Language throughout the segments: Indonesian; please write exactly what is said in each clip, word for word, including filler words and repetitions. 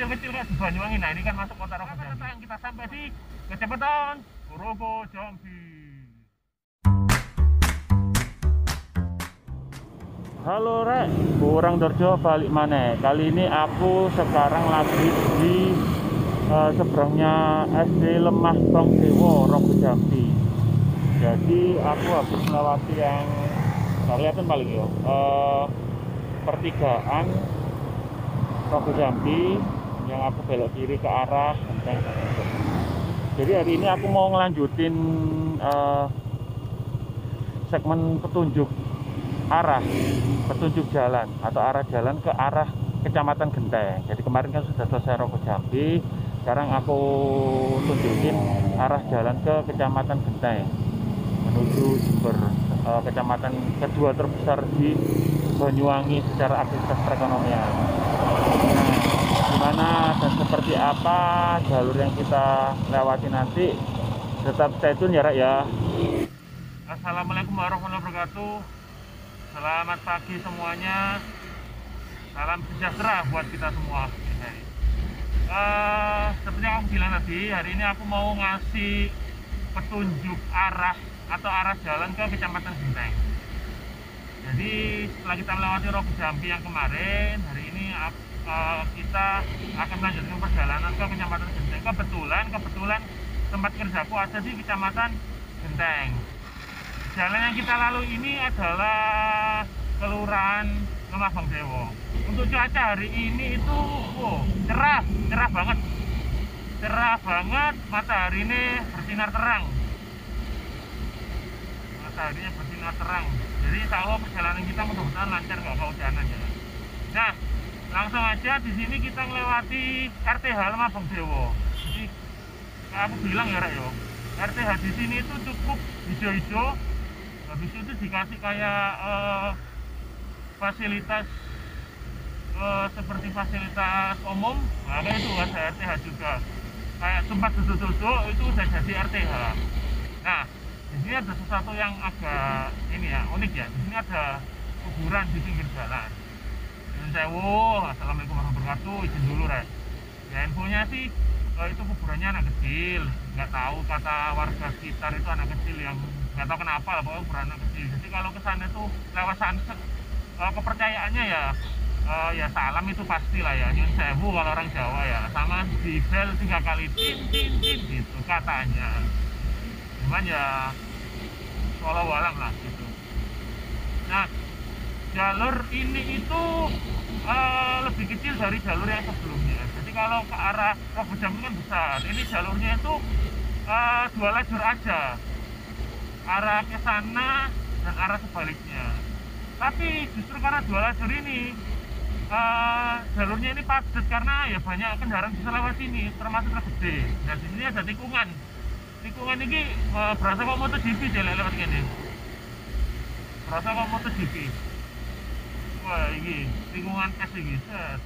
kecil-kecil kayak di Banyuwangi. Nah, ini kan masuk kota Rogo Jambi. Kita sampai di Kecamatan Rogo Jambi. Halo Rek, kurang Dorjo balik mana? Kali ini aku sekarang lagi di uh, seberangnya S D Lemah Bang Dewo, Rogo Jambi. Jadi aku habis melewati yang nggak kelihatan paling ya, uh, pertigaan Rogo Jambi yang aku belok kiri ke arah Genteng. Jadi hari ini aku mau ngelanjutin uh, segmen petunjuk arah petunjuk jalan atau arah jalan ke arah Kecamatan Genteng. Jadi kemarin kan sudah selesai Rogo Jambi, sekarang aku tunjukin arah jalan ke Kecamatan Genteng menuju Jember, eh, kecamatan kedua terbesar di Banyuwangi secara aktivitas perekonomian. Nah, gimana dan seperti apa jalur yang kita lewati nanti, tetap stay tune ya Rek ya. Assalamualaikum warahmatullahi wabarakatuh. Selamat pagi semuanya, salam sejahtera buat kita semua. Uh, seperti yang aku bilang tadi, hari ini aku mau ngasih petunjuk arah atau arah jalan ke Kecamatan Genteng. Jadi setelah kita melewati Rogo Jambi yang kemarin, hari ini uh, kita akan melanjutkan perjalanan ke Kecamatan Genteng. Kebetulan, kebetulan tempat kerjaku ada di Kecamatan Genteng. Jalan yang kita lalui ini adalah Kelurahan Lemah Bang Dewo. Untuk cuaca hari ini itu wow, cerah, cerah banget. Cerah banget, matahari ini bersinar terang. Mataharinya bersinar terang. Jadi insya Allah perjalanan kita mudah-mudahan lancar, nggak kehujanan ya. Nah, langsung aja di sini kita melewati R T H Lemah Bang Dewo. Jadi aku bilang ya Rek yo, R T H di sini itu cukup hijau-hijau. Habis itu dikasih kayak uh, fasilitas uh, seperti fasilitas umum. Nah, itu ada R T H juga. Kayak tempat duduk-duduk itu udah jadi R T H. Nah, di sini ada sesuatu yang agak ini ya, unik ya. Di sini ada kuburan di pinggir jalan. Dan saya, wow, assalamualaikum warahmatullahi wabarakatuh. Izin dulu Rek. Ya infonya sih uh, itu kuburannya anak kecil. Nggak tahu kata warga sekitar itu anak kecil yang nggak tahu kenapa lah, pokoknya ukuran anak kecil. Jadi kalau kesana itu lewat sana uh, kepercayaannya ya uh, ya salam itu pasti lah ya, nyun sewu kalau orang Jawa ya, sama di bel tiga kali tin tin tin gitu katanya. Cuman ya walau walang lah gitu. Nah, jalur ini itu uh, lebih kecil dari jalur yang sebelumnya. Jadi kalau ke arah Rogo Jambi kan besar, ini jalurnya itu uh, dua lajur aja, arah ke sana dan arah sebaliknya. Tapi justru karena dua lajur ini uh, jalurnya ini padat karena ya banyak kendaraan bisa lewat sini, termasuk truk gede. Dan di sini ada tikungan. Tikungan ini uh, berasa kok MotoGP deh lewat gini. Berasa kok MotoGP. Wah, ini tikungan es ini.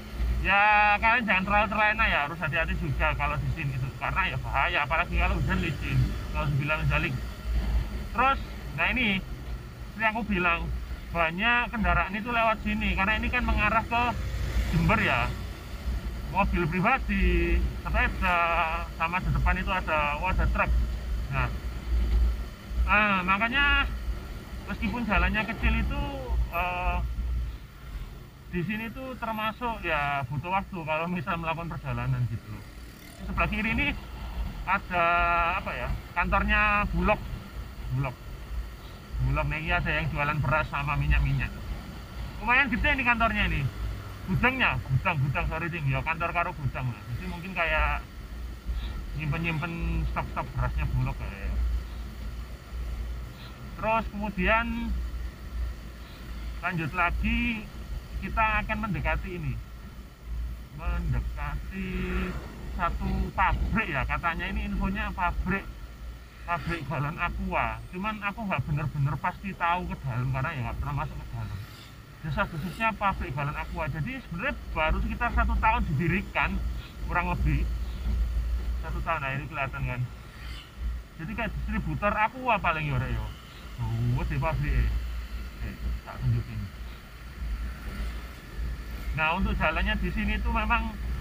Ya kalian jangan terlalu terlena ya, harus hati-hati juga kalau di sini itu karena ya bahaya, apalagi kalau hujan licin, kalau dibilang jalik. Terus, nah ini seperti yang aku bilang, banyak kendaraan itu lewat sini karena ini kan mengarah ke Jember ya. Mobil pribadi, sepeda, sama di depan itu ada, oh, ada truk. Nah, ah, makanya meskipun jalannya kecil itu uh, di sini tuh termasuk ya butuh waktu kalau misal melakukan perjalanan gitu. Sebelah kiri ini ada apa ya? Kantornya Bulog. Bulog Bulog nih ada yang jualan beras sama minyak-minyak. Lumayan gede nih kantornya ini. Gudangnya, gudang-gudang sorry ding, ya kantor karo gudang lah. Jadi mungkin kayak nyimpen-nyimpen stok-stok berasnya Bulog kayak. Terus kemudian lanjut lagi kita akan mendekati ini. Mendekati satu pabrik ya, katanya ini infonya pabrik pabrik galon aqua. Cuman aku nggak bener-bener pasti tahu ke dalam karena ya nggak pernah masuk ke dalam. Desas-desusnya pabrik galon aqua. Jadi sebenarnya baru sekitar satu tahun didirikan, kurang lebih satu tahun. Nah ini kelihatan kan. Jadi kayak distributor aqua paling ya yo. Oh, di pabrik. Eh, tak tunjukin. Nah untuk jalannya di sini tuh memang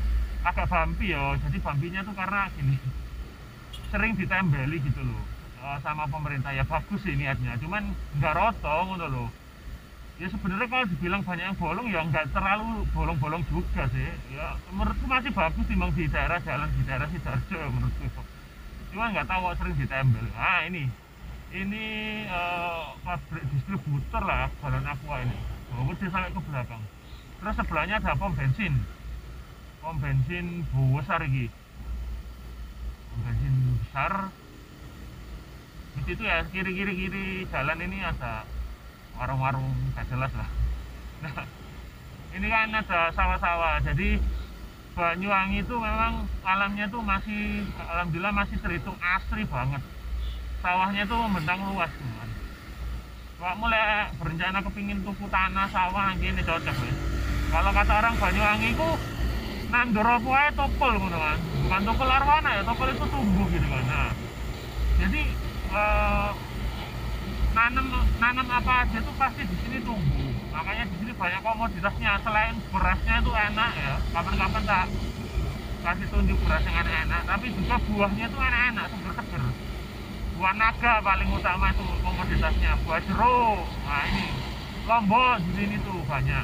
agak bumpy ya. Jadi bumpy-nya tuh karena gini, sering ditembeli gitu loh uh, sama pemerintah. Ya bagus sih niatnya, cuman nggak rotong gitu loh. Ya sebenarnya kalau dibilang banyak yang bolong ya nggak terlalu bolong-bolong juga sih. Ya menurutku masih bagus timbang di daerah jalan di daerah Sidoarjo ya menurutku. Cuman nggak tahu kok sering ditembel. Ah ini ini uh, pabrik distributor lah jalan Aqua ini. Oh, udah sampai ke belakang. Terus sebelahnya ada pom bensin. Pom bensin besar ini. Pom bensin besar. Di situ ya kiri-kiri kiri jalan ini ada warung-warung gak jelas lah. Nah, ini kan ada sawah-sawah. Jadi Banyuwangi itu memang alamnya tuh masih, alhamdulillah masih terhitung asri banget. Sawahnya tuh membentang luas teman. Wah, mulai berencana kepingin tuku tanah sawah gini cocok ya. Kalau kata orang Banyuwangi itu nandur apa ae topel ngono kan. Bukan topel arwana ya, topel itu tumbuh gitu kan. Nah, jadi eh, nanam nanam apa aja tuh pasti di sini tumbuh. Makanya di sini banyak komoditasnya. Selain berasnya itu enak ya, kapan-kapan tak kasih tunjuk beras yang enak-enak, tapi juga buahnya itu enak-enak, seger-seger. Buah naga paling utama itu komoditasnya, buah jeruk. Nah ini lombok di sini tuh banyak.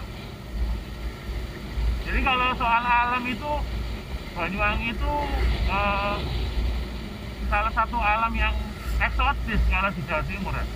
Jadi kalau soal alam itu Banyuwangi itu eh, salah satu alam yang eksotis kalau di Jawa Timur ya.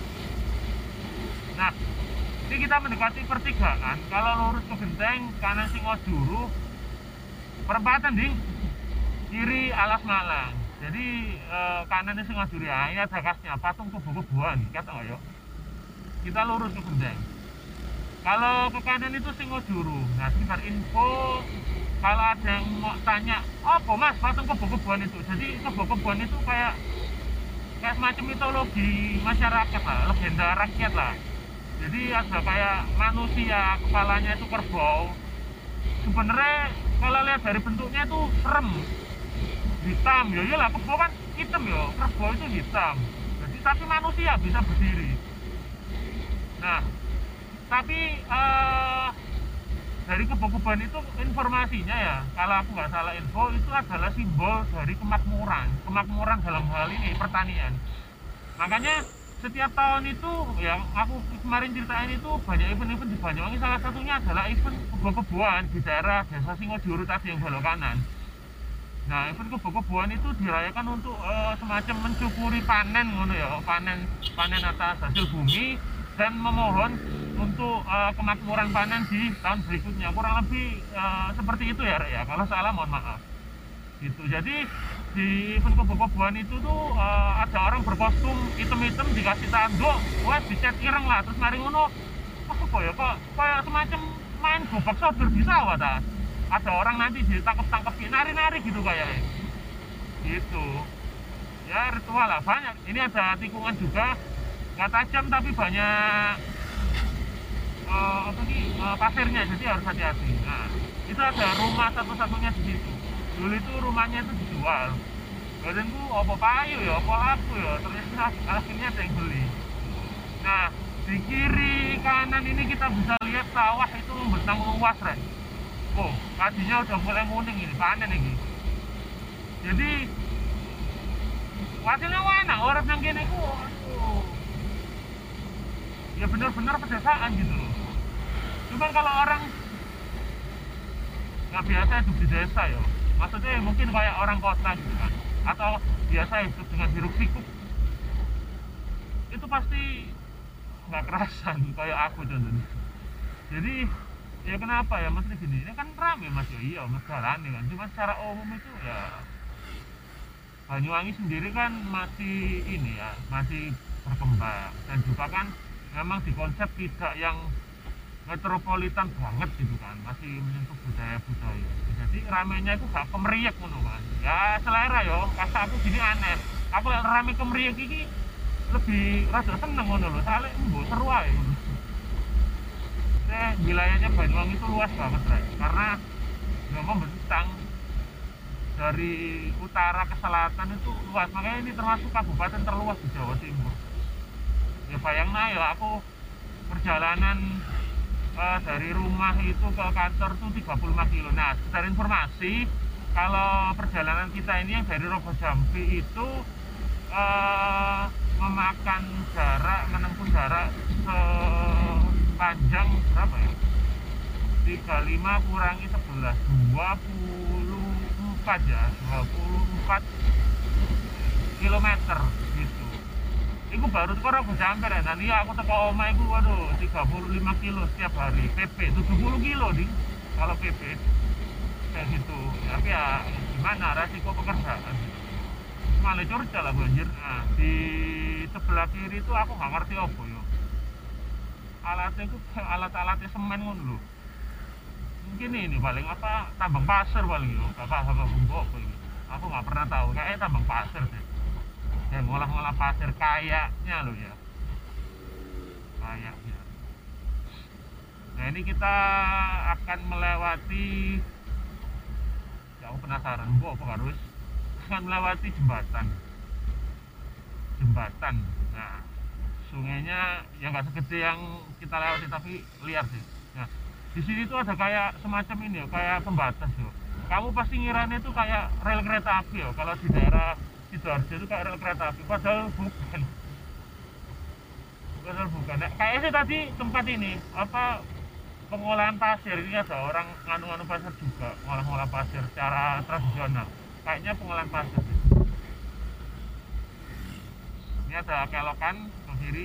Nah, ini kita mendekati pertigaan. Kalau lurus ke Genteng, kanan Singojuru, perempatan di kiri Alas Malang. Jadi eh, kanannya Singojuru ya, ini ada khasnya patung kebo-keboan, kata nggak yuk? Kita lurus ke Genteng. Kalau ke kanan itu Singojuru. Nah, sekitar info kalau ada yang mau tanya, apa mas patung kebo-keboan itu? Jadi kebo-keboan itu kayak kayak semacam mitologi masyarakat lah, legenda rakyat lah. Jadi ada kayak manusia, kepalanya itu kerbau. Sebenarnya kalau lihat dari bentuknya itu serem, hitam. Ya iyalah, kerbau kan hitam ya, kerbau itu hitam. Jadi tapi manusia bisa berdiri. Nah, tapi eh, dari kebo-keboan itu informasinya ya, kalau aku nggak salah info, itu adalah simbol dari kemakmuran, kemakmuran dalam hal ini pertanian. Makanya setiap tahun itu yang aku kemarin ceritain itu banyak event-event di Banyuwangi, salah satunya adalah event kebo-keboan di daerah Desa Singojuru tadi yang belok kanan. Nah, event kebo-keboan itu dirayakan untuk uh, semacam mensyukuri panen ngono ya, panen panen atas hasil bumi dan memohon untuk uh, kemakmuran panen di tahun berikutnya. Kurang lebih uh, seperti itu ya, Rek, ya. Kalau salah mohon maaf. Gitu. Jadi di event kebo-keboan itu tuh uh, ada orang berkostum hitam-hitam dikasih tanduk, wah dicat ireng lah, terus mari ngono apa kok ya, kok kayak semacam main gobak sodor di sawah ta. Ada orang nanti ditangkep-tangkepin, nari-nari gitu kayaknya gitu ya, ritual lah banyak. Ini ada tikungan juga, nggak tajam tapi banyak uh, apa nih uh, pasirnya, jadi harus hati-hati. Nah, itu ada rumah satu-satunya di situ. Dulu itu rumahnya itu dijual. Badanku apa payu ya, apa laku ya, ternyata akhirnya ada yang beli. Nah, di kiri kanan ini kita bisa lihat sawah itu membentang luas, Rek. Oh, padinya udah mulai kuning ini, panen ini. Jadi hasilnya mana? Orang yang gini ku, aduh, ya benar-benar pedesaan gitu loh. Cuman kalau orang nggak biasa hidup di desa ya, maksudnya mungkin kayak orang kota gitu kan, atau biasa hidup dengan hiruk pikuk, itu pasti nggak kerasan kayak aku contohnya. Jadi ya kenapa ya, mesti gini, ini kan rame mas ya, iya mas jalan kan, cuma secara umum itu ya Banyuwangi sendiri kan masih ini ya, masih berkembang, dan juga kan memang di konsep tidak yang metropolitan banget gitu kan, masih menyentuh budaya-budaya. Jadi ramenya itu gak kemeriak ngono kan. Ya selera yo, kasa aku gini aneh. Aku lihat rame kemeriak iki lebih rasa seneng ngono lho, soalnya mbok seru ae ngono. Eh, wilayahnya Banyuwangi itu luas banget, Rek. Karena memang membentang dari utara ke selatan itu luas. Makanya ini termasuk kabupaten terluas di Jawa Timur. Ya bayangna ya, aku perjalanan uh, dari rumah itu ke kantor tuh tiga puluh lima kilo. Nah, secara informasi kalau perjalanan kita ini yang dari Rogo Jambi itu eh, memakan jarak, menempuh jarak sepanjang berapa ya, tiga puluh lima kurangi sebelas, dua puluh empat ya, dua puluh empat kilometer gitu. Iku baru tuh Rogo Jambi ya. Nanti aku teko omah iku waduh tiga puluh lima kilo setiap hari, P P tujuh puluh kilo nih kalau P P kayak gitu. Tapi ya gimana, resiko pekerjaan gitu. Malah curca lah banjir. Nah, di sebelah kiri itu aku nggak ngerti apa yo. Alatnya itu alat-alatnya semen ngono lho. Mungkin ini paling apa, tambang pasir paling yo. Gak paham apa bumbu apa ini. Aku nggak pernah tahu. Kayaknya tambang pasir deh. Dan ngolah-ngolah pasir kayaknya loh ya. Kayaknya. Nah ini kita akan melewati, ya aku penasaran, bu apa harus akan melewati jembatan. Jembatan. Nah, sungainya yang nggak segede yang kita lewati tapi liar sih. Nah, di sini tuh ada kayak semacam ini ya, kayak pembatas yo. Kamu pasti ngiranya itu kayak rel kereta api ya. Kalau di daerah Sidoarjo itu kayak rel kereta api, padahal bukan. Padahal bukan. Nah, kayaknya sih tadi tempat ini apa pengolahan pasir, ini ada orang nganu-nganu pasir juga, ngolah-ngolah pasir secara tradisional. Kayaknya pengolahan pasir sih. Ini ada kelokan ke kiri.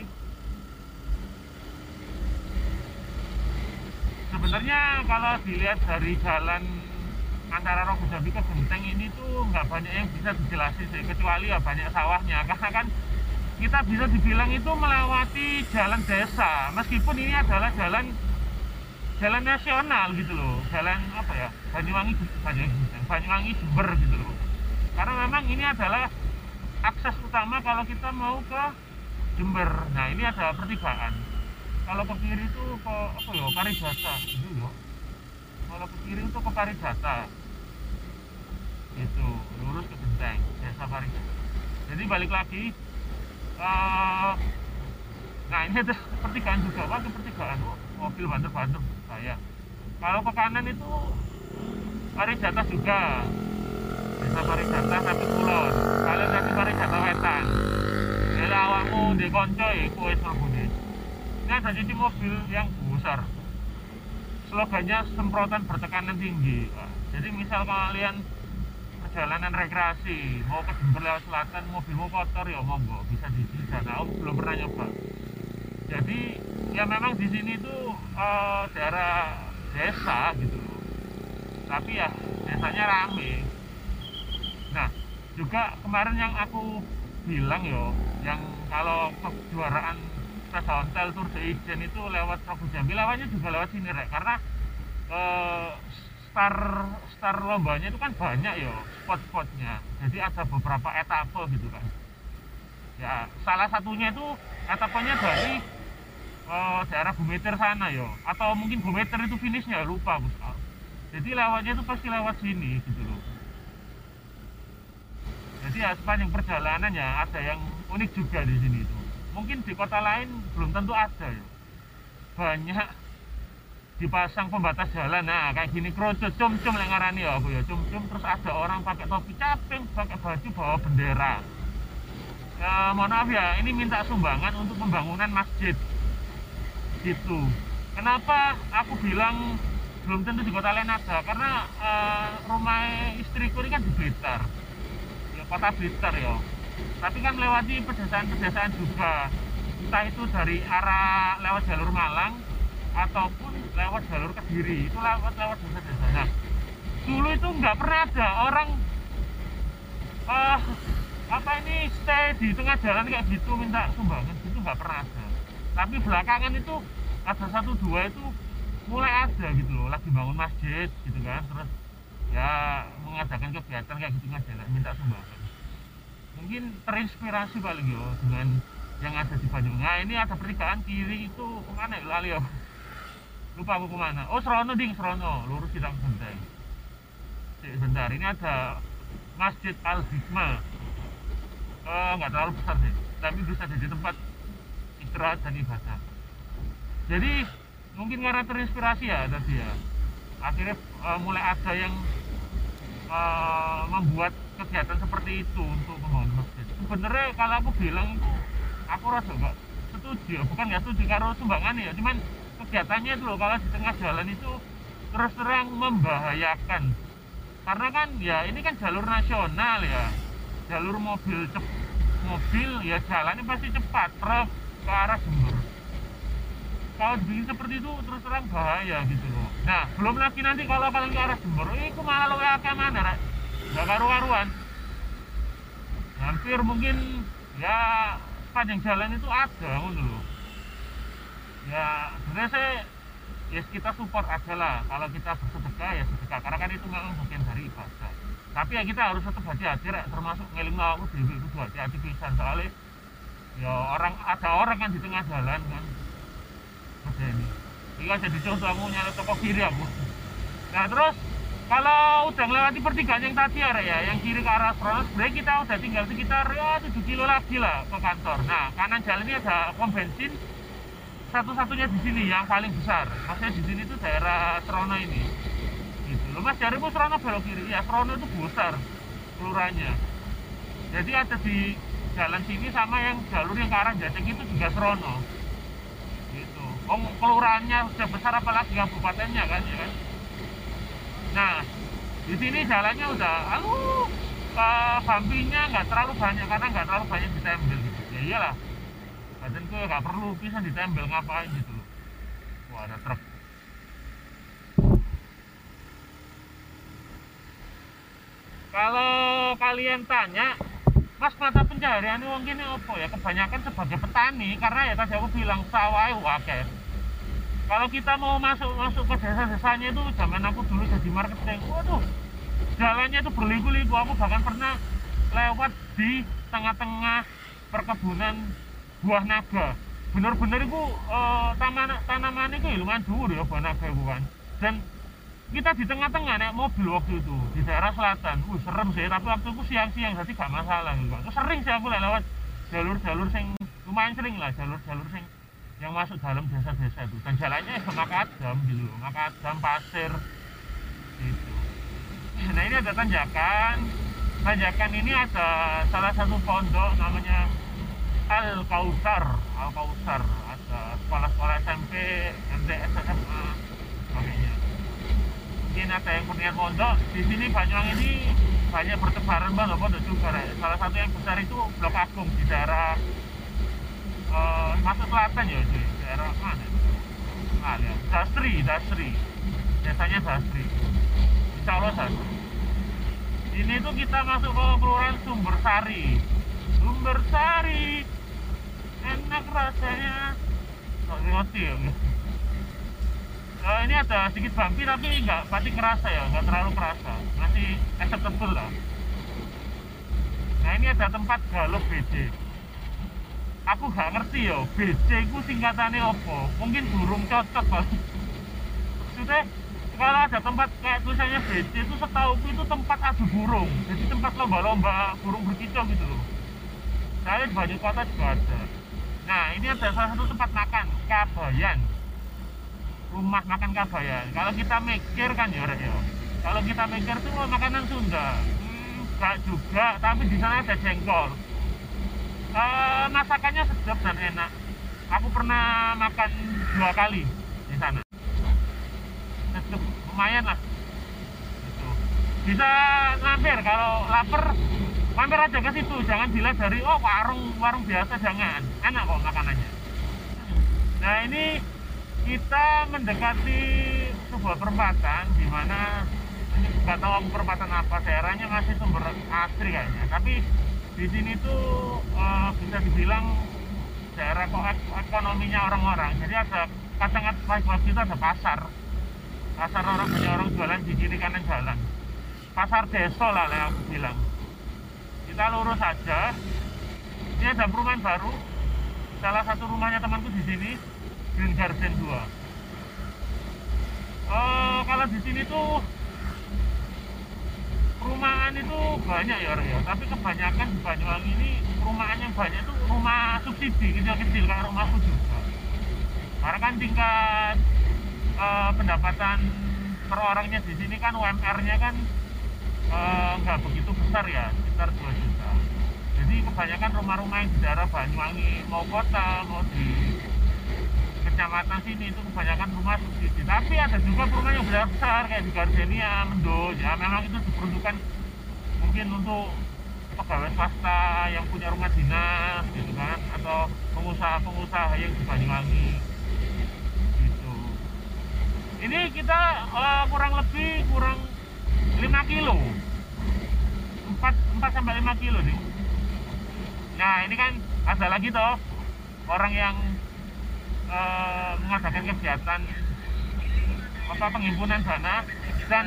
Sebenarnya kalau dilihat dari jalan antara Rogo Jambi ke Genteng ini tuh nggak banyak yang bisa dijelasin sih, kecuali ya banyak sawahnya. Karena kan kita bisa dibilang itu melewati jalan desa, meskipun ini adalah jalan jalan nasional gitu loh, jalan apa ya, Banyuwangi Banyuwangi, Banyuwangi Jember gitu loh. Karena memang ini adalah akses utama kalau kita mau ke Jember. Nah ini ada pertigaan. Kalau ke kiri itu ke apa ya, Parijata itu ya. Kalau ke kiri itu ke Parijata. Itu lurus ke Genteng, desa Parijata. Jadi balik lagi. Uh, nah ini ada pertigaan juga, wah pertigaan, oh, mobil banter-banter saya. Kalau ke kanan itu Parijata juga, desa Parijata sampai Kulon. Kalau dari Parijata Wetan, jadi awakmu di konco ya, kue sambungi. Ini ada cuci mobil yang besar. Slogannya semprotan bertekanan tinggi. Jadi misal kalian perjalanan rekreasi mau ke Jember lewat selatan, mobilmu kotor ya monggo bisa di sana. Aku belum pernah nyoba. Jadi ya memang di sini tuh uh, daerah desa gitu loh. Tapi ya desanya rame. Nah juga kemarin yang aku bilang yo, yang kalau kejuaraan sepeda ontel Tour de Ijen itu lewat Rogo Jambi, lewatnya juga lewat sini rek, karena uh, Star star lombanya itu kan banyak ya spot-spotnya, jadi ada beberapa etape gitu kan ya. Salah satunya itu etapenya dari uh, daerah Bumeter sana ya, atau mungkin Bumeter itu finishnya lupa Gus. Jadi lewatnya itu pasti lewat sini gitu loh. Jadi ya sepanjang perjalanannya ada yang unik juga di sini itu. Mungkin di kota lain belum tentu ada ya, banyak dipasang pembatas jalan. Nah kayak gini kerucut cum-cum yang ngarani ya aku ya, cum-cum. Terus ada orang pakai topi caping, pakai baju bawa bendera. Ya, mohon maaf ya, ini minta sumbangan untuk pembangunan masjid gitu. Kenapa aku bilang belum tentu di kota lain ada, karena uh, rumah istriku ini kan di Blitar ya, kota Blitar ya, tapi kan melewati pedesaan-pedesaan juga, entah itu dari arah lewat jalur Malang ataupun lewat jalur Kediri, itu lewat lewat desa-desa. Nah, dulu itu nggak pernah ada orang uh, apa ini stay di tengah jalan kayak gitu minta sumbangan gitu, nggak pernah ada. Tapi belakangan itu ada satu dua itu mulai ada gitu loh, lagi bangun masjid gitu kan, terus ya mengadakan kegiatan kayak gitu ngajalan minta sumbangan. Mungkin terinspirasi paling yo dengan yang ada di Bandung. Nah ini ada pertigaan kiri itu kemana ya, lali ya, lupa aku kemana. Oh Serono ding, Serono lurus kita Genteng. Sebentar, ini ada Masjid Al Hikmah. Uh, nggak terlalu besar sih, tapi bisa jadi tempat istirahat dan ibadah. Jadi mungkin karena terinspirasi ya tadi ya, akhirnya uh, mulai ada yang uh, membuat kegiatan seperti itu untuk membangun masjid. Sebenarnya kalau aku bilang itu aku rasa nggak setuju, bukan nggak setuju karo sumbangan ya, cuman kegiatannya itu loh kalau di tengah jalan itu terus terang membahayakan, karena kan ya ini kan jalur nasional ya, jalur mobil cep, mobil ya jalannya pasti cepat, truk ke arah Jember. Kalau dibikin seperti itu terus terang bahaya gitu loh. Nah belum lagi nanti kalau kalian ke arah Jember itu malah lo ke mana rek, nggak karu-karuan, hampir mungkin ya panjang jalan itu ada gitu loh. Ya sebenarnya saya ya kita support aja lah, kalau kita bersedekah ya sedekah, karena kan itu memang bagian dari ibadah. Tapi ya kita harus tetap hati-hati rek, termasuk ngeling aku dewi itu hati-hati pisan, soalnya ya orang ada orang kan di tengah jalan kan. Oke, ini ini jadi contoh aku nyala toko kiri aku. Nah terus kalau udah melewati pertigaan yang tadi ya, ya yang kiri ke arah Stronos, sebenarnya kita udah tinggal sekitar ya tujuh kilo lagi lah ke kantor. Nah kanan jalan ini ada pom bensin satu-satunya di sini yang paling besar. Maksudnya di sini tuh daerah Strono ini. Gitu loh mas, jarimu Strono belok kiri. Ya Strono itu besar kelurahannya. Jadi ada di jalan sini sama yang jalur yang ke arah Jateng itu juga Strono. Gitu. Oh, kelurahannya sudah besar apalagi kabupatennya kan ya kan. Nah di sini jalannya udah aduh ke bampinya nggak terlalu banyak karena nggak terlalu banyak ditempel gitu. Ya iyalah, badan gue nggak perlu bisa ditempel ngapain gitu loh. Wah ada truk. Kalau kalian tanya mas mata pencahariannya mungkin apa ya, kebanyakan sebagai petani, karena ya tadi aku bilang sawah wakil. Kalau kita mau masuk masuk ke desa-desanya itu zaman aku dulu jadi marketing, waduh jalannya itu berliku-liku. Aku bahkan pernah lewat di tengah-tengah perkebunan buah naga. Bener-bener itu eh, taman tanaman itu lumayan dhuwur ya buah naga itu kan. Dan kita di tengah-tengah naik mobil waktu itu di daerah selatan. Uh, serem sih, tapi waktu itu siang-siang jadi gak masalah gitu kan. Sering sih aku lewat jalur-jalur sing lumayan sering lah, jalur-jalur sing yang masuk dalam desa-desa itu. Dan jalannya ya makadam gitu loh, makadam pasir gitu. Nah ini ada tanjakan. Tanjakan ini ada salah satu pondok namanya Al Kausar, Al Kausar. Ada sekolah-sekolah S M P, M T S, S M A, sebagainya. Mungkin ada yang punya pondok di sini. Banyuwangi ini banyak bertebaran pondok-pondok juga. Ya. Salah satu yang besar itu Blok Agung di daerah uh, masuk selatan ya, di daerah mana? Ah, ya. Dasri, Dasri. Biasanya Dasri. Insya Allah Dasri. Ini tuh kita masuk ke kelurahan Sumbersari. Sumbersari, enak rasanya. Nggak ngerti ya. Uh, ini ada sedikit bumpy tapi nggak pasti kerasa ya, nggak terlalu kerasa, masih acceptable lah. Nah ini ada tempat galop B C. Aku nggak ngerti ya, B C itu singkatannya apa? Mungkin burung cocok bang. Maksudnya kalau ada tempat kayak tulisannya B C itu setauku itu tempat adu burung, jadi tempat lomba-lomba burung berkicau gitu loh. Saya di Banyu Kota juga ada. Nah ini ada salah satu tempat makan Kabayan, rumah makan Kabayan. Kalau kita mikir kan ya, ya. Kalau kita mikir tuh oh, makanan Sunda, hmm, enggak juga. Tapi di sana ada jengkol. Uh, masakannya sedap dan enak. Aku pernah makan dua kali di sana. Sedap, lumayan lah. Gitu. Bisa mampir kalau lapar, mampir aja ke situ. Jangan dilihat dari oh warung warung biasa, jangan. Enak kok makanannya. Nah ini kita mendekati sebuah perempatan di mana ini nggak tahu aku perempatan apa, daerahnya masih Sumber Asri kayaknya. Tapi di sini tuh uh, bisa dibilang daerah ekonominya orang-orang. Jadi ada kadang pas kita ada pasar, pasar orang banyak orang jualan di kiri kanan jalan. Pasar desa lah yang aku bilang. Kita lurus aja. Ini ada perumahan baru. Salah satu rumahnya temanku di sini. Green Garden dua. Uh, kalau di sini tuh perumahan itu banyak ya orang ya, tapi kebanyakan di Banyuwangi ini perumahan yang banyak itu rumah subsidi kecil-kecil kayak rumahku juga. Karena kan tingkat uh, pendapatan per orangnya di sini kan U M R-nya kan eh, nggak begitu besar ya, sekitar dua juta. Jadi kebanyakan rumah-rumah yang di daerah Banyuwangi, mau kota mau di kecamatan sini, itu kebanyakan rumah subsidi. Tapi ada juga rumah yang besar besar kayak di Gardenia, Mendo, ya memang itu diperuntukkan mungkin untuk pegawai swasta yang punya rumah dinas gitu kan, atau pengusaha-pengusaha yang di Banyuwangi gitu. Ini kita uh, kurang lebih kurang lima kilo, empat sampai lima kilo nih. Nah ini kan ada lagi toh orang yang uh, mengadakan kegiatan apa penghimpunan dana, dan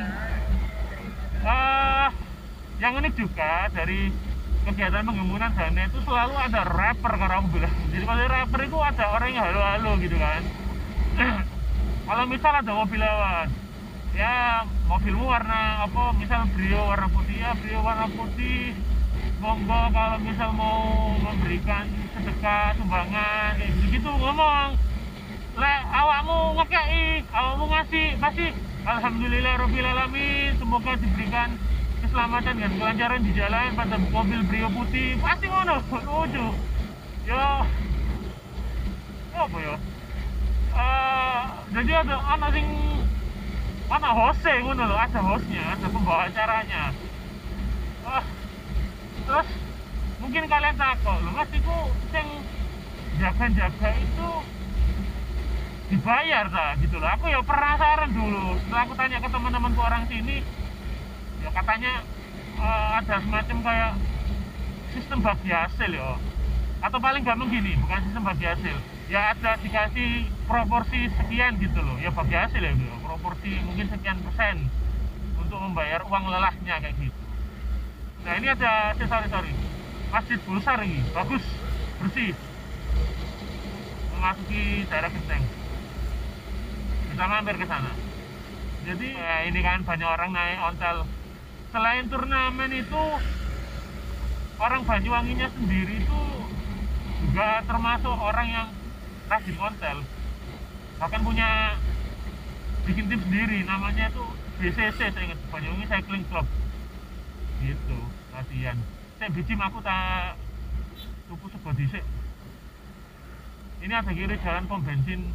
uh, yang unik juga dari kegiatan penghimpunan dana itu selalu ada rapper, kalau aku bilang. Jadi kalau rapper itu ada orang yang halo-halo gitu kan. Kalau misal ada mobil lewat, ya mobilmu warna apa, misal Brio warna putih, ya Brio warna putih, monggo kalau misal mau memberikan sedekah sumbangan kayak gitu-gitu ngomong. Lek awakmu ngekei, awakmu ngasih, pasti alhamdulillah rabbil alamin, semoga diberikan keselamatan dan kelancaran di jalan pada mobil Brio putih, pasti ngono. Lucu yo, apa yo, uh, jadi ada anak sing anak hostnya ngono loh, ada hostnya, ada pembawa acaranya. uh, terus mungkin kalian takut loh, mas itu yang jaga-jaga itu dibayar tak gitu loh. Aku ya penasaran dulu, setelah aku tanya ke teman-temanku orang sini, ya katanya uh, ada semacam kayak sistem bagi hasil ya, atau paling gampang gini, bukan sistem bagi hasil ya, ada dikasih proporsi sekian gitu loh ya, bagi hasil ya gitu, proporsi mungkin sekian persen untuk membayar uang lelahnya kayak gitu. Nah ini ada, sorry sorry Masjid Besar ini, bagus, bersih, memasuki daerah Genteng, kita mampir ke sana. Jadi ya, ini kan banyak orang naik ontel. Selain turnamen itu, orang Banyuwanginya sendiri itu juga termasuk orang yang rajin ontel, bahkan punya bikin tim sendiri, namanya itu B C C, saya ingat, Banyuwangi Cycling Club gitu, latihan. Saya bijim aku tak tuku sego dhisik. Ini ada kiri jalan pom bensin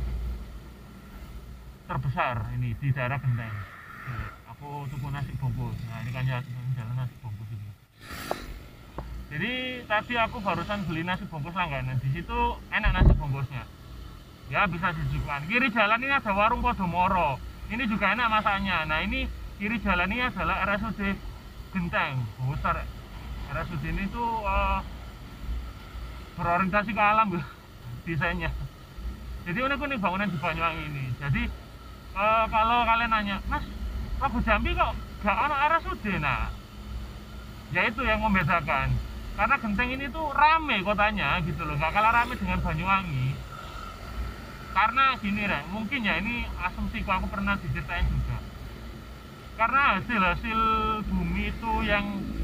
terbesar ini di daerah Genteng. Aku tuku nasi bungkus. Nah ini kan jalan nasi bungkus ini. Jadi tadi aku barusan beli nasi bungkus langganan. Di situ enak nasi bungkusnya. Ya bisa disuguhkan. Kiri jalan ini ada warung Podomoro. Ini juga enak masaknya. Nah ini kiri jalan ini adalah R S U D Genteng. Besar. R S U D ini tuh uh, berorientasi ke alam desainnya. Jadi unik-unik bangunan di Banyuwangi ini. Jadi uh, kalau kalian nanya, Mas, Rabu Jambi kok gak ada R S U D? Nah, ya itu yang membedakan. Karena Genteng ini tuh rame kotanya gitu loh, gak kalah rame dengan Banyuwangi. Karena gini Rek, mungkin ya ini asumsiku, aku pernah diceritain juga. Karena hasil-hasil bumi itu yang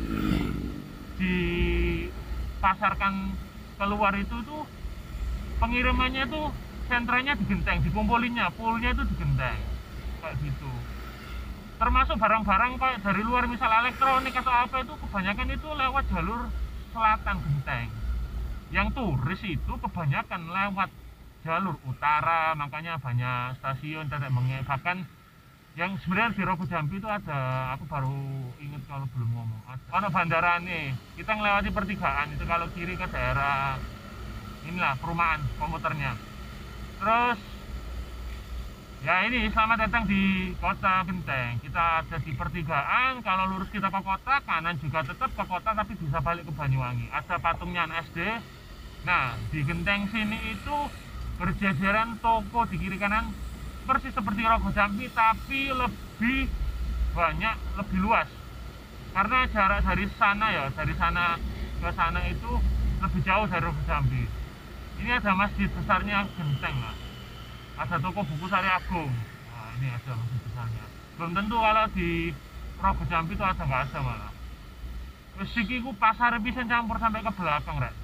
dipasarkan keluar itu tuh pengirimannya tuh sentranya di Genteng, dikumpulinnya, poolnya itu di Genteng kayak gitu. Termasuk barang-barang kayak dari luar, misal elektronik atau apa, itu kebanyakan itu lewat jalur selatan Genteng. Yang turis itu kebanyakan lewat jalur utara, makanya banyak stasiun tetek bengek. Bahkan yang sebenarnya di Rogo Jambi itu ada, aku baru inget kalau belum ngomong, ada ono bandara nih, kita ngelewati pertigaan itu kalau kiri ke daerah inilah perumahan komuternya. Terus ya ini selamat datang di kota Genteng. Kita ada di pertigaan, kalau lurus kita ke kota, kanan juga tetap ke kota tapi bisa balik ke Banyuwangi. Ada patungnya S D. Nah di Genteng sini itu berjajaran toko di kiri kanan persis seperti Rogo Jambi, tapi lebih banyak, lebih luas. Karena jarak dari sana ya, dari sana ke sana itu lebih jauh dari Rogo Jambi. Ini ada masjid besarnya Genteng lah. Ada toko buku Sari Agung. Nah, ini ada masjid besarnya. Belum tentu kalau di Rogo Jambi itu ada, nggak ada malah. Terus iki ku pasar bisa campur sampai ke belakang, Rek.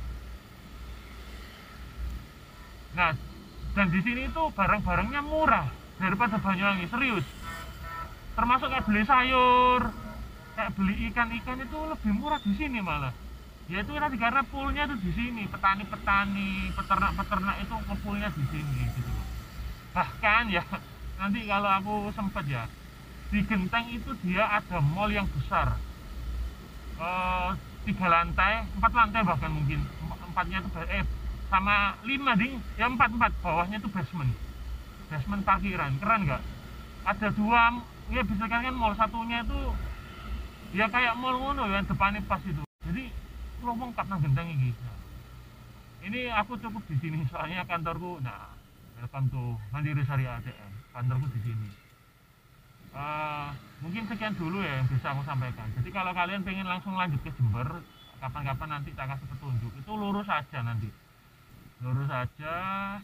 Nah, dan di sini itu barang-barangnya murah daripada Banyuwangi, serius. Termasuk kayak beli sayur, kayak beli ikan-ikan itu lebih murah di sini malah. Ya itu tadi karena poolnya itu di sini, petani-petani, peternak-peternak itu ngepoolnya di sini gitu loh. Bahkan ya nanti kalau aku sempet ya, di Genteng itu dia ada mall yang besar, eh, tiga lantai, empat lantai bahkan mungkin empatnya itu eh sama lima ding, ya empat empat bawahnya itu basement, basement parkiran, keren nggak? Ada dua, ya bisa kan mall satunya itu ya kayak mall ngono ya depannya pas itu. Jadi lo lengkap nang Genteng ini. Nah, ini aku cukup di sini soalnya kantorku. Nah, welcome to Mandiri Syariah A T M. Kantorku di sini. Uh, mungkin sekian dulu ya yang bisa aku sampaikan. Jadi kalau kalian pengen langsung lanjut ke Jember, kapan-kapan nanti tak kasih petunjuk. Itu lurus aja nanti. Lurus aja.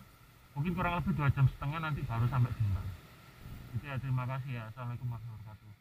Mungkin kurang lebih dua jam setengah nanti baru sampai Jember. Jadi ya terima kasih ya. Assalamualaikum warahmatullahi wabarakatuh.